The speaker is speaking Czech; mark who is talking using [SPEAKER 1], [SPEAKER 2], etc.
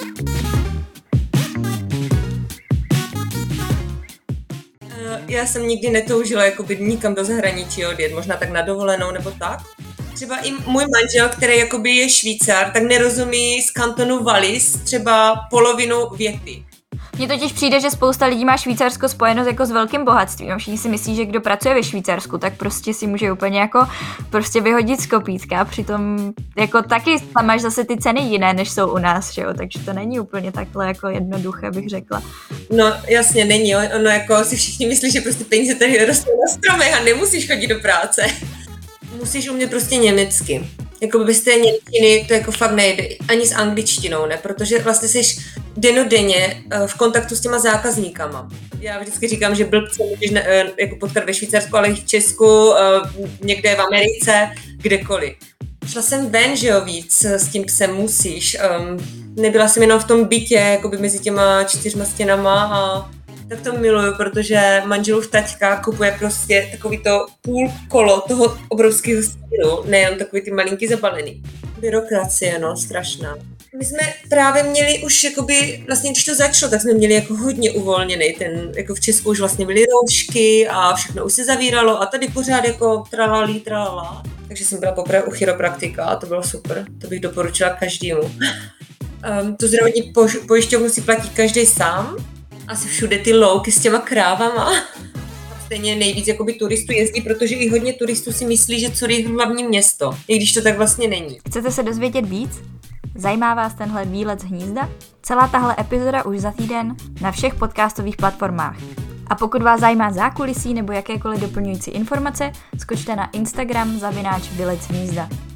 [SPEAKER 1] Já jsem nikdy netoužila jakoby nikam do zahraničí odjet, možná tak na dovolenou nebo tak. Třeba i můj manžel, který jakoby je Švýcar, tak nerozumí z kantonu Wallis třeba polovinu věty.
[SPEAKER 2] Mně totiž přijde, že spousta lidí má Švýcarsko spojeno jako s velkým bohatstvím. Všichni si myslí, že kdo pracuje ve Švýcarsku, tak prostě si může úplně jako prostě vyhodit z kopítka. Přitom jako taky tam máš zase ty ceny jiné, než jsou u nás, že jo? Takže to není úplně takhle jako jednoduché, bych řekla.
[SPEAKER 1] No jasně, není. Ono jako si všichni myslí, že prostě peníze tady rostou na stromech a nemusíš chodit do práce. Musíš umět prostě německy. Jako bez té němčiny to jako fakt nejde, ani s angličtinou, ne, protože vlastně jsi dennodenně v kontaktu s těma zákazníkama. Já vždycky říkám, že blbce můžeš jako potkat ve Švýcarsku, ale i v Česku, někde v Americe, kdekoliv. Šla jsem ven, že jo, víc, s tím psem musíš. Nebyla jsem jenom v tom bytě, jakoby mezi těma 4 stěnama a tak to miluju, protože manželův taťka kupuje prostě takový to půl kolo toho obrovského stylu, nejen takový ty malinký zabalený. Byrokracie, no, strašná. My jsme právě měli už jakoby, vlastně když to začalo, tak jsme měli jako hodně uvolněný, ten, jako v Česku už vlastně byly roušky a všechno už se zavíralo a tady pořád jako tralala. Takže jsem byla poprvé u chiropraktika a to bylo super, to bych doporučila každému. Tu zdravotní pojišťovnu si platí každý sám, asi všude ty louky s těma krávama. Stejně nejvíc jakoby turistů jezdí, protože i hodně turistů si myslí, že Curych je hlavní město, i když to tak vlastně není.
[SPEAKER 2] Chcete se dozvědět víc? Zajímá vás tenhle výlet z hnízda? Celá tahle epizoda už za týden na všech podcastových platformách. A pokud vás zajímá zákulisí nebo jakékoliv doplňující informace, skočte na Instagram @vylez z hnízda.